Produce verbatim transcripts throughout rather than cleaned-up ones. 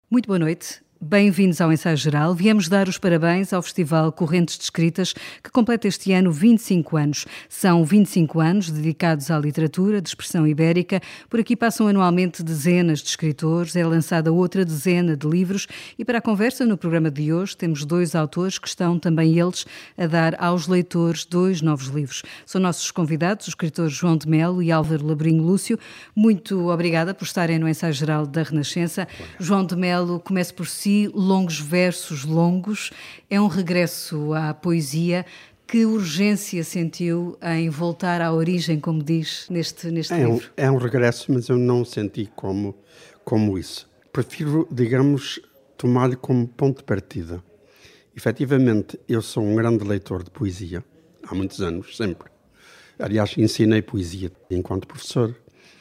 Muito boa noite. Bem-vindos ao Ensaio Geral. Viemos dar os parabéns ao Festival Correntes de Escritas, que completa este ano vinte e cinco anos. São vinte e cinco anos dedicados à literatura de expressão ibérica. Por aqui passam anualmente dezenas de escritores, é lançada outra dezena de livros e para a conversa no programa de hoje temos dois autores que estão também eles a dar aos leitores dois novos livros. São nossos convidados, os escritores João de Melo e Álvaro Labrinho Lúcio. Muito obrigada por estarem no Ensaio Geral da Renascença. João de Melo, comece por si. Longos versos longos, é um regresso à poesia. Que urgência sentiu em voltar à origem, como diz neste, neste é livro? Um, é um regresso, mas eu não senti como, como isso. Prefiro, digamos, tomar-lhe como ponto de partida. Efetivamente, eu sou um grande leitor de poesia, há muitos anos, sempre. Aliás, ensinei poesia enquanto professor.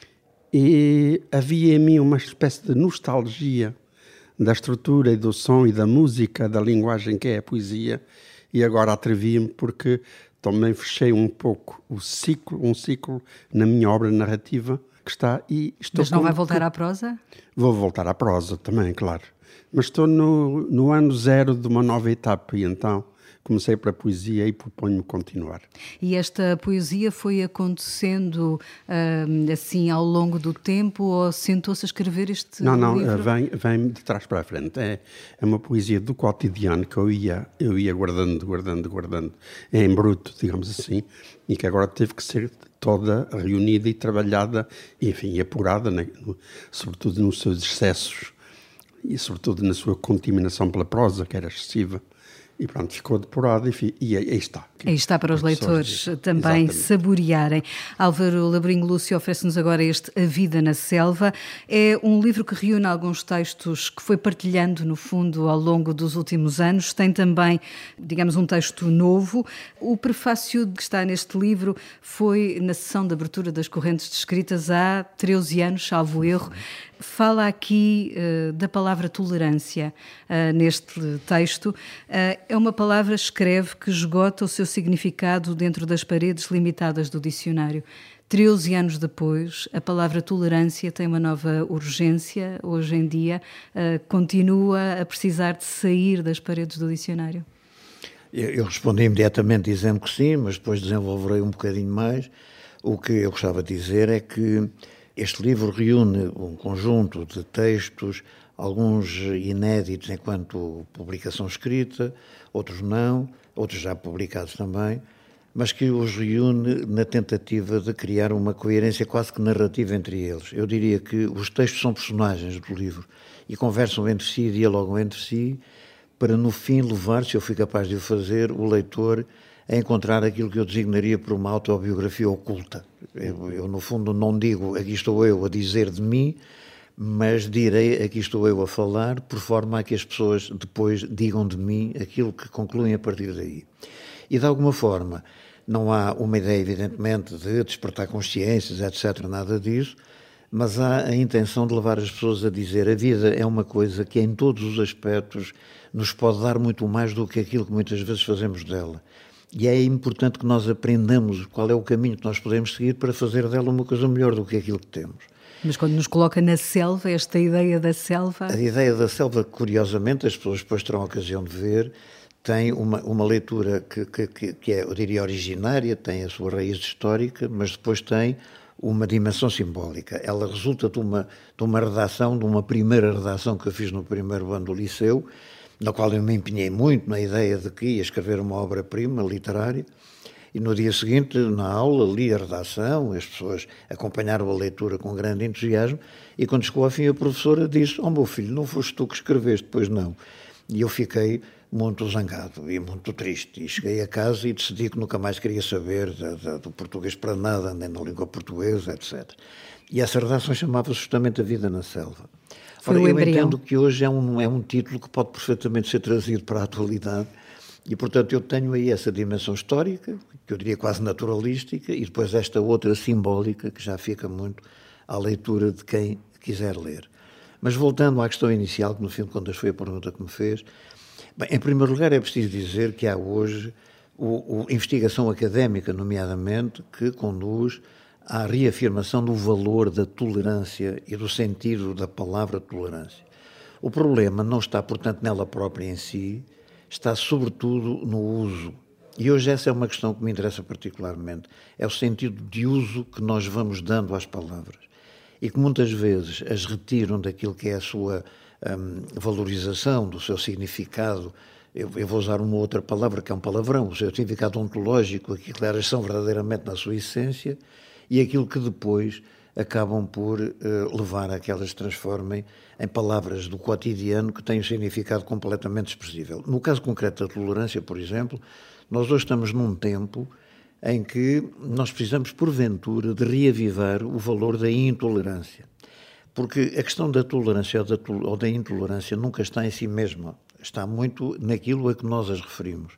E havia em mim uma espécie de nostalgia da estrutura e do som e da música, da linguagem que é a poesia, e agora atrevi-me porque também fechei um pouco o ciclo, um ciclo na minha obra narrativa que está e estou... Mas não com... vai voltar à prosa? Vou voltar à prosa também, claro. Mas estou no, no ano zero de uma nova etapa e então comecei para a poesia e proponho-me continuar. E esta poesia foi acontecendo uh, assim ao longo do tempo ou sentou-se a escrever este não, não, livro? Não, vem, vem de trás para a frente. É, é uma poesia do cotidiano que eu ia, eu ia guardando, guardando, guardando em bruto, digamos assim, e que agora teve que ser toda reunida e trabalhada, enfim, apurada, né, no, sobretudo nos seus excessos e sobretudo na sua contaminação pela prosa, que era excessiva. E pronto, ficou depurado e, e aí está. Aí está para os leitores também Exatamente. Saborearem. Álvaro Labrinho Lúcio oferece-nos agora este A Vida na Selva. É um livro que reúne alguns textos que foi partilhando, no fundo, ao longo dos últimos anos. Tem também, digamos, um texto novo. O prefácio que está neste livro foi na sessão de abertura das Correntes de Escritas há treze anos, salvo erro. Fala aqui uh, da palavra tolerância uh, neste texto. Uh, é uma palavra, escreve, que esgota o seu significado dentro das paredes limitadas do dicionário. treze anos depois, a palavra tolerância tem uma nova urgência. Hoje em dia, uh, continua a precisar de sair das paredes do dicionário. Eu, eu respondi imediatamente dizendo que sim, mas depois desenvolverei um bocadinho mais. O que eu gostava de dizer é que este livro reúne um conjunto de textos, alguns inéditos enquanto publicação escrita, outros não, outros já publicados também, mas que os reúne na tentativa de criar uma coerência quase que narrativa entre eles. Eu diria que os textos são personagens do livro e conversam entre si, dialogam entre si, para no fim levar, se eu fui capaz de o fazer, o leitor a encontrar aquilo que eu designaria por uma autobiografia oculta. Eu, eu, no fundo, não digo aqui estou eu a dizer de mim, mas direi aqui estou eu a falar, por forma a que as pessoas depois digam de mim aquilo que concluem a partir daí. E, de alguma forma, não há uma ideia, evidentemente, de despertar consciências, etcétera, nada disso, mas há a intenção de levar as pessoas a dizer a vida é uma coisa que, em todos os aspectos, nos pode dar muito mais do que aquilo que muitas vezes fazemos dela. E é importante que nós aprendamos qual é o caminho que nós podemos seguir para fazer dela uma coisa melhor do que aquilo que temos. Mas quando nos coloca na selva, esta ideia da selva... A ideia da selva, curiosamente, as pessoas depois terão a ocasião de ver, tem uma, uma leitura que, que, que é, eu diria, originária, tem a sua raiz histórica, mas depois tem uma dimensão simbólica. Ela resulta de uma, de uma redação, de uma primeira redação que eu fiz no primeiro ano do liceu, na qual eu me empenhei muito na ideia de que ia escrever uma obra-prima literária, e no dia seguinte, na aula, li a redação, as pessoas acompanharam a leitura com grande entusiasmo, e quando chegou ao fim a professora disse: "Oh meu filho, não foste tu que escreveste?" "Pois não." E eu fiquei muito zangado e muito triste, e cheguei a casa e decidi que nunca mais queria saber da, da, do português para nada, nem da língua portuguesa, etcétera. E essa redação chamava-se justamente A Vida na Selva. Ora, eu entendo que hoje é um, é um título que pode perfeitamente ser trazido para a atualidade e, portanto, eu tenho aí essa dimensão histórica, que eu diria quase naturalística, e depois esta outra simbólica, que já fica muito à leitura de quem quiser ler. Mas voltando à questão inicial, que no fim de contas foi a pergunta que me fez, bem, em primeiro lugar é preciso dizer que há hoje o, o, investigação académica, nomeadamente, que conduz à reafirmação do valor da tolerância e do sentido da palavra tolerância. O problema não está, portanto, nela própria em si, está sobretudo no uso. E hoje essa é uma questão que me interessa particularmente. É o sentido de uso que nós vamos dando às palavras. E que muitas vezes as retiram daquilo que é a sua hum, valorização, do seu significado. Eu, eu vou usar uma outra palavra, que é um palavrão, o seu significado ontológico, aquilo que elas são verdadeiramente na sua essência, e aquilo que depois acabam por uh, levar a que elas se transformem em palavras do cotidiano que têm um significado completamente expressível. No caso concreto da tolerância, por exemplo, nós hoje estamos num tempo em que nós precisamos, porventura, de reavivar o valor da intolerância. Porque a questão da tolerância ou da, ou da intolerância nunca está em si mesma, está muito naquilo a que nós as referimos.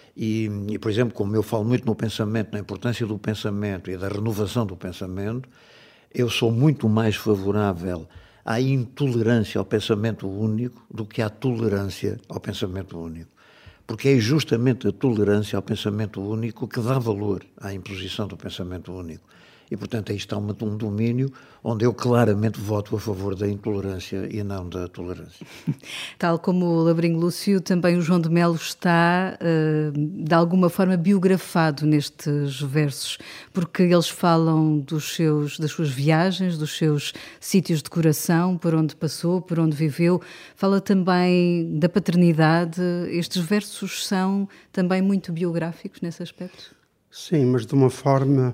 E, e, por exemplo, como eu falo muito no pensamento, na importância do pensamento e da renovação do pensamento, eu sou muito mais favorável à intolerância ao pensamento único do que à tolerância ao pensamento único. Porque é justamente a tolerância ao pensamento único que dá valor à imposição do pensamento único. E, portanto, aí está um domínio onde eu claramente voto a favor da intolerância e não da tolerância. Tal como o Labrinho Lúcio, também o João de Melo está, de alguma forma, biografado nestes versos, porque eles falam dos seus, das suas viagens, dos seus sítios de coração, por onde passou, por onde viveu. Fala também da paternidade. Estes versos são também muito biográficos nesse aspecto? Sim, mas de uma forma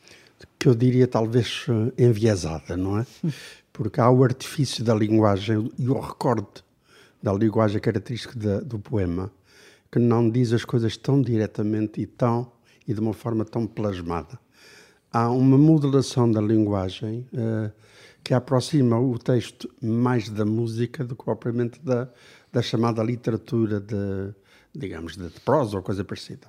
que eu diria talvez enviesada, não é? Porque há o artifício da linguagem e o recorte da linguagem característica de, do poema, que não diz as coisas tão diretamente e, tão, e de uma forma tão plasmada. Há uma modulação da linguagem uh, que aproxima o texto mais da música do que propriamente da, da chamada literatura de, digamos, de prosa ou coisa parecida.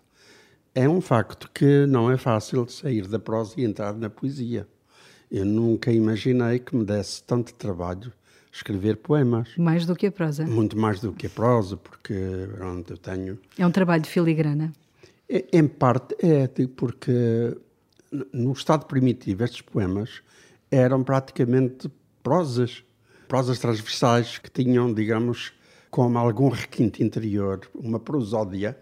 É um facto que não é fácil sair da prosa e entrar na poesia. Eu nunca imaginei que me desse tanto trabalho escrever poemas. Mais do que a prosa? Muito mais do que a prosa, porque pronto, eu tenho... É um trabalho de filigrana? É, em parte é, porque no estado primitivo estes poemas eram praticamente prosas, prosas transversais que tinham, digamos, como algum requinte interior, uma prosódia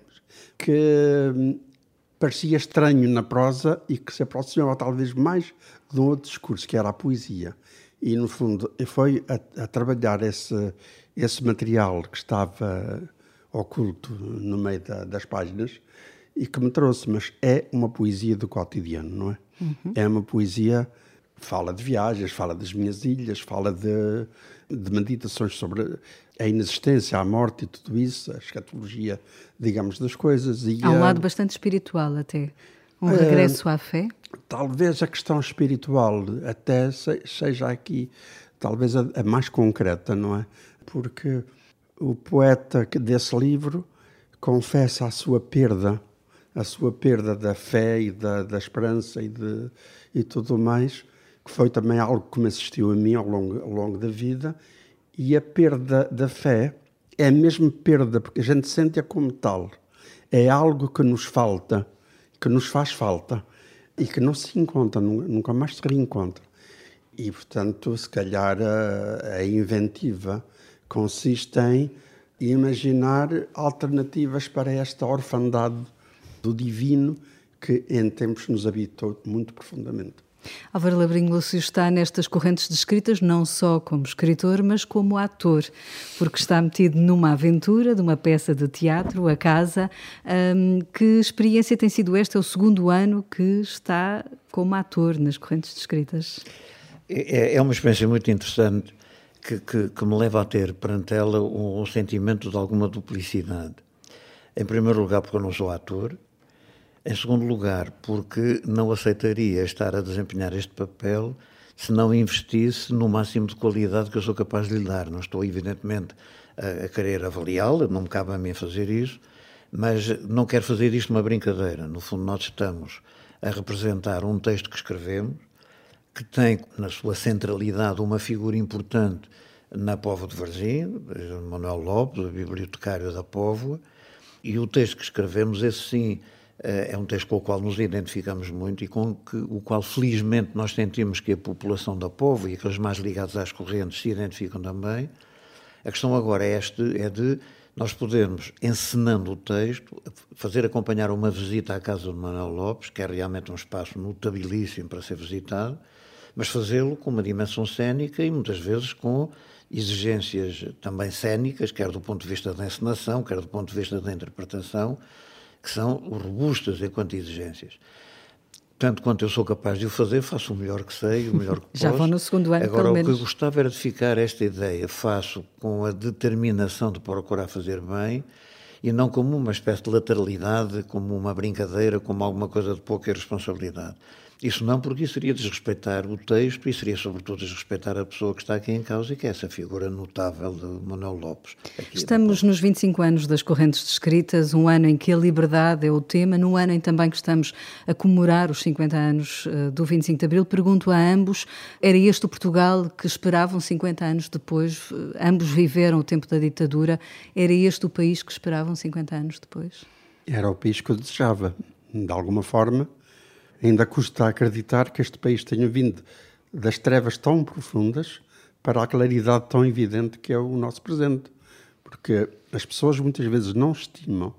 que parecia estranho na prosa e que se aproximava talvez mais de um outro discurso, que era a poesia. E, no fundo, foi a, a trabalhar esse, esse material que estava oculto no meio da, das páginas e que me trouxe. Mas é uma poesia do cotidiano, não é? Uhum. É uma poesia... Fala de viagens, fala das minhas ilhas, fala de, de meditações sobre a inexistência, a morte e tudo isso, a escatologia, digamos, das coisas. E, há um uh, lado bastante espiritual até, um regresso uh, à fé. Talvez a questão espiritual até seja aqui, talvez a, a mais concreta, não é? Porque o poeta desse livro confessa a sua perda, a sua perda da fé e da, da esperança e, de, e tudo mais, que foi também algo que me assistiu a mim ao longo, ao longo da vida, e a perda da fé é a mesma perda, porque a gente sente-a como tal. É algo que nos falta, que nos faz falta, e que não se encontra, nunca mais se reencontra. E, portanto, se calhar a, a inventiva consiste em imaginar alternativas para esta orfandade do divino que em tempos nos habitou muito profundamente. Álvaro Labrinho Lúcio está nestas correntes de escritas não só como escritor, mas como ator, porque está metido numa aventura de uma peça de teatro, A Casa. Hum, que experiência tem sido esta? É o segundo ano que está como ator nas correntes de escritas. É, é uma experiência muito interessante que, que, que me leva a ter perante ela um, um sentimento de alguma duplicidade. Em primeiro lugar, porque eu não sou ator. Em segundo lugar, porque não aceitaria estar a desempenhar este papel se não investisse no máximo de qualidade que eu sou capaz de lhe dar. Não estou, evidentemente, a, a querer avaliá-la, não me cabe a mim fazer isso, mas não quero fazer isto uma brincadeira. No fundo, nós estamos a representar um texto que escrevemos, que tem na sua centralidade uma figura importante na Póvoa de Varzim, Manuel Lopes, o bibliotecário da Póvoa, e o texto que escrevemos, esse sim, é um texto com o qual nos identificamos muito e com que, o qual, felizmente, nós sentimos que a população da Póvoa e aqueles mais ligados às correntes se identificam também. A questão agora é, este, é de nós podermos, encenando o texto, fazer acompanhar uma visita à casa de Manuel Lopes, que é realmente um espaço notabilíssimo para ser visitado, mas fazê-lo com uma dimensão cénica e muitas vezes com exigências também cénicas, quer do ponto de vista da encenação, quer do ponto de vista da interpretação, que são robustas enquanto exigências. Tanto quanto eu sou capaz de o fazer, faço o melhor que sei, o melhor que posso. Já vão no segundo ano, Agora, pelo o menos. que eu gostava era de ficar esta ideia, faço com a determinação de procurar fazer bem, e não como uma espécie de lateralidade, como uma brincadeira, como alguma coisa de pouca irresponsabilidade. Isso não, porque isso seria desrespeitar o texto e seria, sobretudo, desrespeitar a pessoa que está aqui em causa e que é essa figura notável de Manuel Lopes. Estamos nos vinte e cinco anos das correntes descritas, um ano em que a liberdade é o tema, num ano em também que estamos a comemorar os cinquenta anos do vinte e cinco de Abril. Pergunto a ambos, era este o Portugal que esperavam cinquenta anos depois? Ambos viveram o tempo da ditadura. Era este o país que esperavam cinquenta anos depois? Era o país que eu desejava, de alguma forma. Ainda custa acreditar que este país tenha vindo das trevas tão profundas para a claridade tão evidente que é o nosso presente. Porque as pessoas muitas vezes não estimam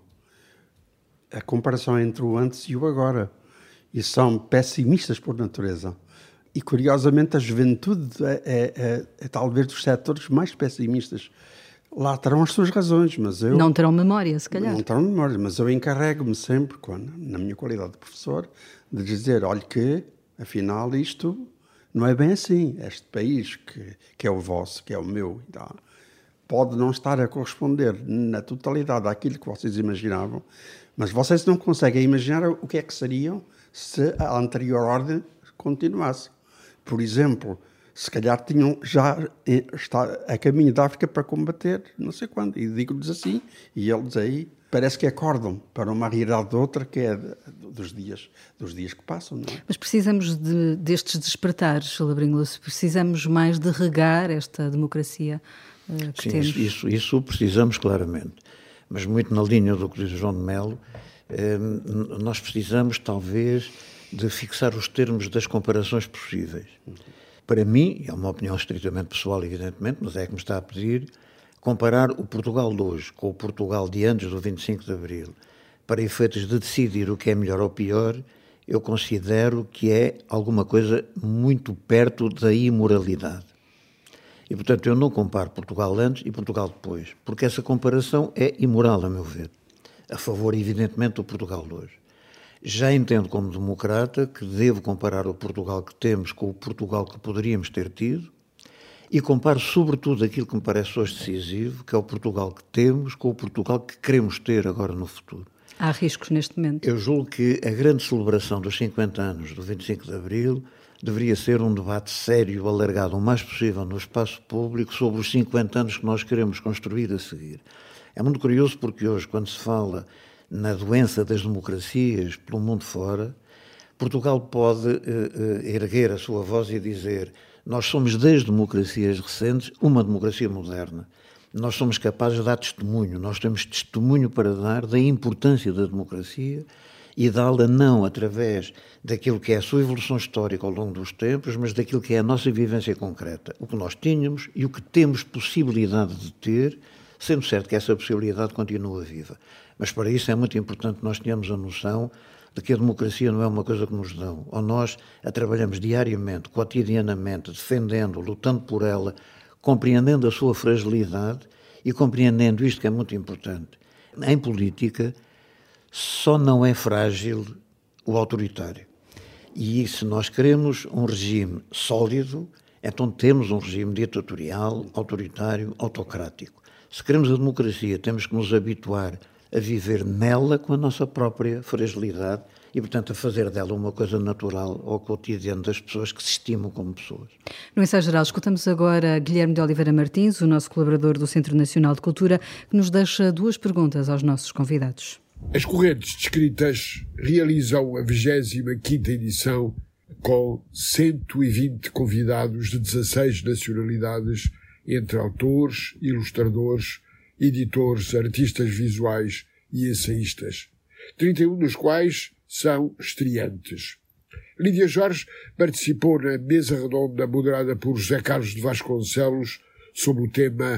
a comparação entre o antes e o agora. E são pessimistas por natureza. E, curiosamente, a juventude é, é, é, é talvez dos setores mais pessimistas. Lá terão as suas razões, mas eu... Não terão memória, se calhar. Não terão memória, mas eu encarrego-me sempre, quando, na minha qualidade de professor, de dizer, olha que, afinal, isto não é bem assim. Este país, que, que é o vosso, que é o meu, tá, pode não estar a corresponder na totalidade àquilo que vocês imaginavam, mas vocês não conseguem imaginar o que é que seriam se a anterior ordem continuasse. Por exemplo... se calhar tinham já está a caminho da África para combater, não sei quando, e digo-lhes assim, e eles aí parece que acordam para uma realidade de outra que é dos dias, dos dias que passam, não é? Mas precisamos de, destes despertares, Labrinho Lúcio, precisamos mais de regar esta democracia uh, que Sim, temos. Isso, isso, isso precisamos claramente, mas muito na linha do que diz João de Melo, eh, nós precisamos talvez de fixar os termos das comparações possíveis. Para mim, é uma opinião estritamente pessoal, evidentemente, mas é que me está a pedir, comparar o Portugal de hoje com o Portugal de antes do vinte e cinco de Abril, para efeitos de decidir o que é melhor ou pior, eu considero que é alguma coisa muito perto da imoralidade. E, portanto, eu não comparo Portugal antes e Portugal depois, porque essa comparação é imoral, a meu ver, a favor, evidentemente, do Portugal de hoje. Já entendo como democrata que devo comparar o Portugal que temos com o Portugal que poderíamos ter tido e comparo sobretudo aquilo que me parece hoje decisivo, que é o Portugal que temos com o Portugal que queremos ter agora no futuro. Há riscos neste momento. Eu julgo que a grande celebração dos cinquenta anos do vinte e cinco de Abril deveria ser um debate sério, alargado o mais possível no espaço público sobre os cinquenta anos que nós queremos construir a seguir. É muito curioso porque hoje, quando se fala na doença das democracias pelo mundo fora, Portugal pode uh, uh, erguer a sua voz e dizer: nós somos das democracias recentes uma democracia moderna. Nós somos capazes de dar testemunho, nós temos testemunho para dar da importância da democracia e dá-la não através daquilo que é a sua evolução histórica ao longo dos tempos, mas daquilo que é a nossa vivência concreta, o que nós tínhamos e o que temos possibilidade de ter, sendo certo que essa possibilidade continua viva. Mas para isso é muito importante que nós tenhamos a noção de que a democracia não é uma coisa que nos dão, ou nós a trabalhamos diariamente, cotidianamente, defendendo, lutando por ela, compreendendo a sua fragilidade e compreendendo isto que é muito importante. Em política, só não é frágil o autoritário. E se nós queremos um regime sólido, então temos um regime ditatorial, autoritário, autocrático. Se queremos a democracia, temos que nos habituar a viver nela com a nossa própria fragilidade e, portanto, a fazer dela uma coisa natural ao cotidiano das pessoas que se estimam como pessoas. No Ensaio Geral, escutamos agora Guilherme de Oliveira Martins, o nosso colaborador do Centro Nacional de Cultura, que nos deixa duas perguntas aos nossos convidados. As correntes descritas realizam a vigésima quinta edição com cento e vinte convidados de dezasseis nacionalidades, entre autores, ilustradores, editores, artistas visuais e ensaístas, trinta e um dos quais são estreantes. Lídia Jorge participou na mesa redonda moderada por José Carlos de Vasconcelos sobre o tema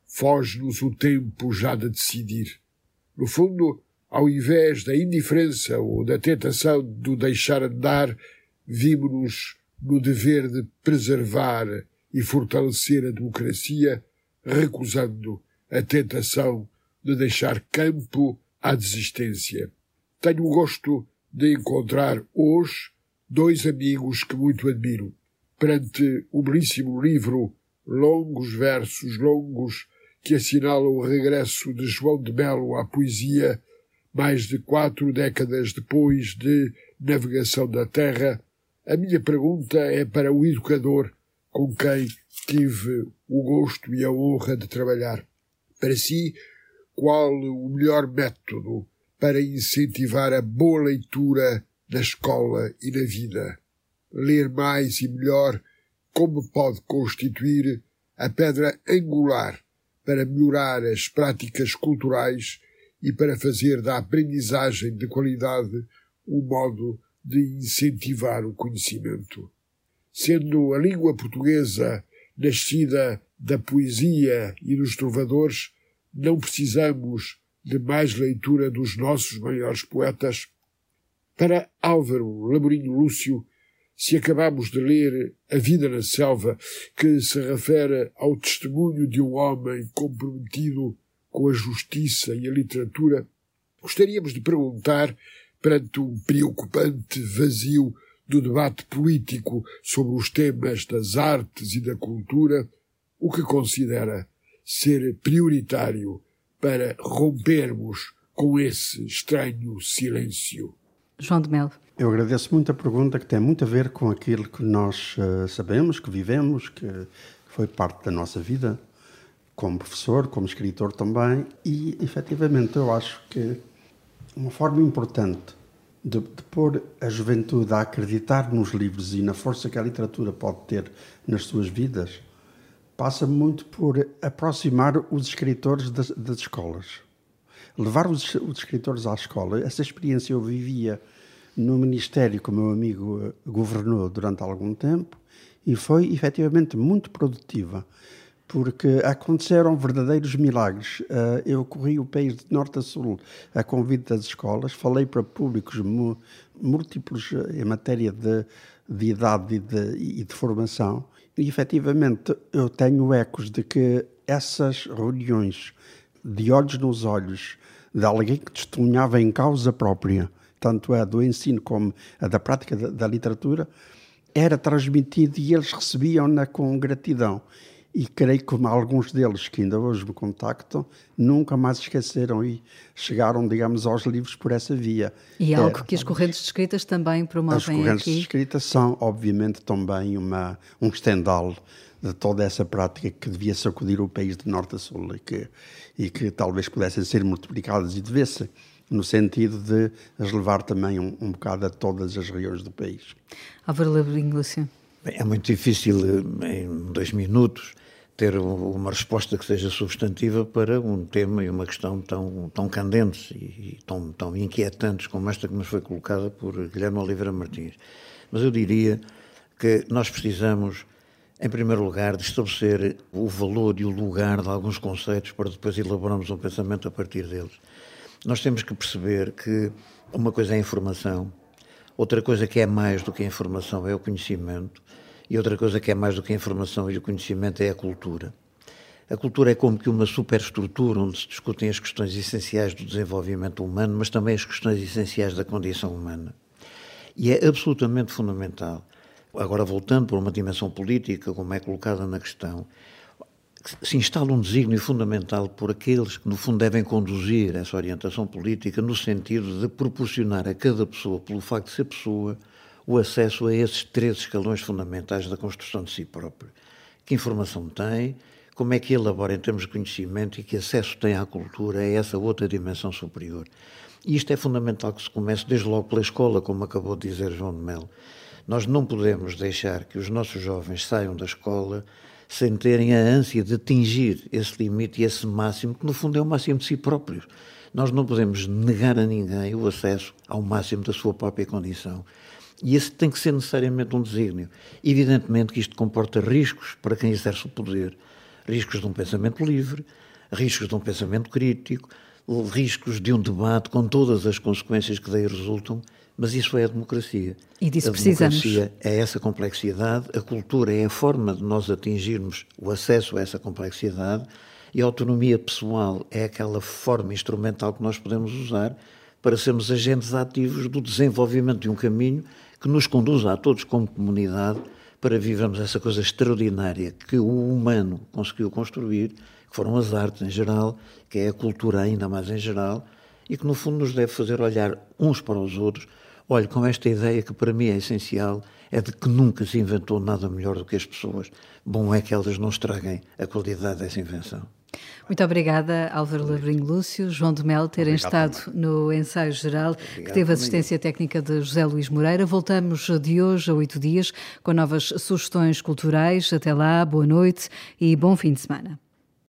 foge-nos o tempo já de decidir. No fundo, ao invés da indiferença ou da tentação do deixar andar, vimos-nos no dever de preservar e fortalecer a democracia, recusando a tentação de deixar campo à desistência. Tenho o gosto de encontrar hoje dois amigos que muito admiro. Perante o belíssimo livro Longos Versos Longos, que assinala o regresso de João de Melo à poesia, mais de quatro décadas depois de Navegação da Terra, a minha pergunta é para o educador com quem tive o gosto e a honra de trabalhar. Para si, qual o melhor método para incentivar a boa leitura na escola e na vida? Ler mais e melhor, como pode constituir a pedra angular para melhorar as práticas culturais e para fazer da aprendizagem de qualidade um modo de incentivar o conhecimento. Sendo a língua portuguesa nascida da poesia e dos trovadores, não precisamos de mais leitura dos nossos maiores poetas. Para Álvaro Laborinho Lúcio, se acabamos de ler A Vida na Selva, que se refere ao testemunho de um homem comprometido com a justiça e a literatura, gostaríamos de perguntar, perante um preocupante vazio do debate político sobre os temas das artes e da cultura, o que considera ser prioritário para rompermos com esse estranho silêncio. João de Melo. Eu agradeço muito a pergunta, que tem muito a ver com aquilo que nós uh, sabemos, que vivemos, que foi parte da nossa vida, como professor, como escritor também, e efetivamente eu acho que uma forma importante de, de pôr a juventude a acreditar nos livros e na força que a literatura pode ter nas suas vidas passa muito por aproximar os escritores das, das escolas. Levar os, os escritores à escola, essa experiência eu vivia no Ministério que o meu amigo governou durante algum tempo e foi efetivamente muito produtiva, porque aconteceram verdadeiros milagres. Eu corri o país de norte a sul a convite das escolas, falei para públicos múltiplos em matéria de, de idade e de, e de formação, e efetivamente eu tenho ecos de que essas reuniões de olhos nos olhos de alguém que testemunhava em causa própria, tanto a do ensino como a da prática da, da literatura, era transmitido e eles recebiam-na com gratidão. E creio que alguns deles, que ainda hoje me contactam, nunca mais esqueceram e chegaram, digamos, aos livros por essa via. E é algo que as correntes de escritas também promovem aqui. As correntes de escrita são, obviamente, também uma, um estendal de toda essa prática que devia sacudir o país de norte a sul e que, e que talvez pudessem ser multiplicadas e devesse, no sentido de as levar também um, um bocado a todas as regiões do país. Álvaro Laborinho Lúcio. Bem, é muito difícil, em dois minutos, ter uma resposta que seja substantiva para um tema e uma questão tão, tão candentes e tão, tão inquietantes como esta que nos foi colocada por Guilherme Oliveira Martins. Mas eu diria que nós precisamos, em primeiro lugar, de estabelecer o valor e o lugar de alguns conceitos para depois elaborarmos um pensamento a partir deles. Nós temos que perceber que uma coisa é a informação, outra coisa que é mais do que a informação é o conhecimento, e outra coisa que é mais do que a informação e o conhecimento é a cultura. A cultura é como que uma superestrutura onde se discutem as questões essenciais do desenvolvimento humano, mas também as questões essenciais da condição humana. E é absolutamente fundamental. Agora, voltando para uma dimensão política, como é colocada na questão, se instala um desígnio fundamental por aqueles que, no fundo, devem conduzir essa orientação política no sentido de proporcionar a cada pessoa, pelo facto de ser pessoa, o acesso a esses três escalões fundamentais da construção de si próprio. Que informação tem, como é que elabora em termos de conhecimento e que acesso tem à cultura, é essa outra dimensão superior. E isto é fundamental que se comece desde logo pela escola, como acabou de dizer João de Melo. Nós não podemos deixar que os nossos jovens saiam da escola sem terem a ânsia de atingir esse limite e esse máximo, que no fundo é o máximo de si próprios. Nós não podemos negar a ninguém o acesso ao máximo da sua própria condição. E esse tem que ser necessariamente um desígnio. Evidentemente que isto comporta riscos para quem exerce o poder. Riscos de um pensamento livre, riscos de um pensamento crítico, riscos de um debate com todas as consequências que daí resultam, mas isso é a democracia. E disso a precisamos. democracia é essa complexidade, a cultura é a forma de nós atingirmos o acesso a essa complexidade e a autonomia pessoal é aquela forma instrumental que nós podemos usar para sermos agentes ativos do desenvolvimento de um caminho que nos conduza a todos como comunidade para vivermos essa coisa extraordinária que o humano conseguiu construir, que foram as artes em geral, que é a cultura ainda mais em geral, e que no fundo nos deve fazer olhar uns para os outros. Olhe, com esta ideia que para mim é essencial, é de que nunca se inventou nada melhor do que as pessoas. Bom é que elas não estraguem a qualidade dessa invenção. Muito obrigada, Álvaro Labrinho Lúcio, João de Mel, terem Obrigado estado também. no ensaio geral, Obrigado que teve também. assistência técnica de José Luís Moreira. Voltamos de hoje a oito dias com novas sugestões culturais. Até lá, boa noite e bom fim de semana.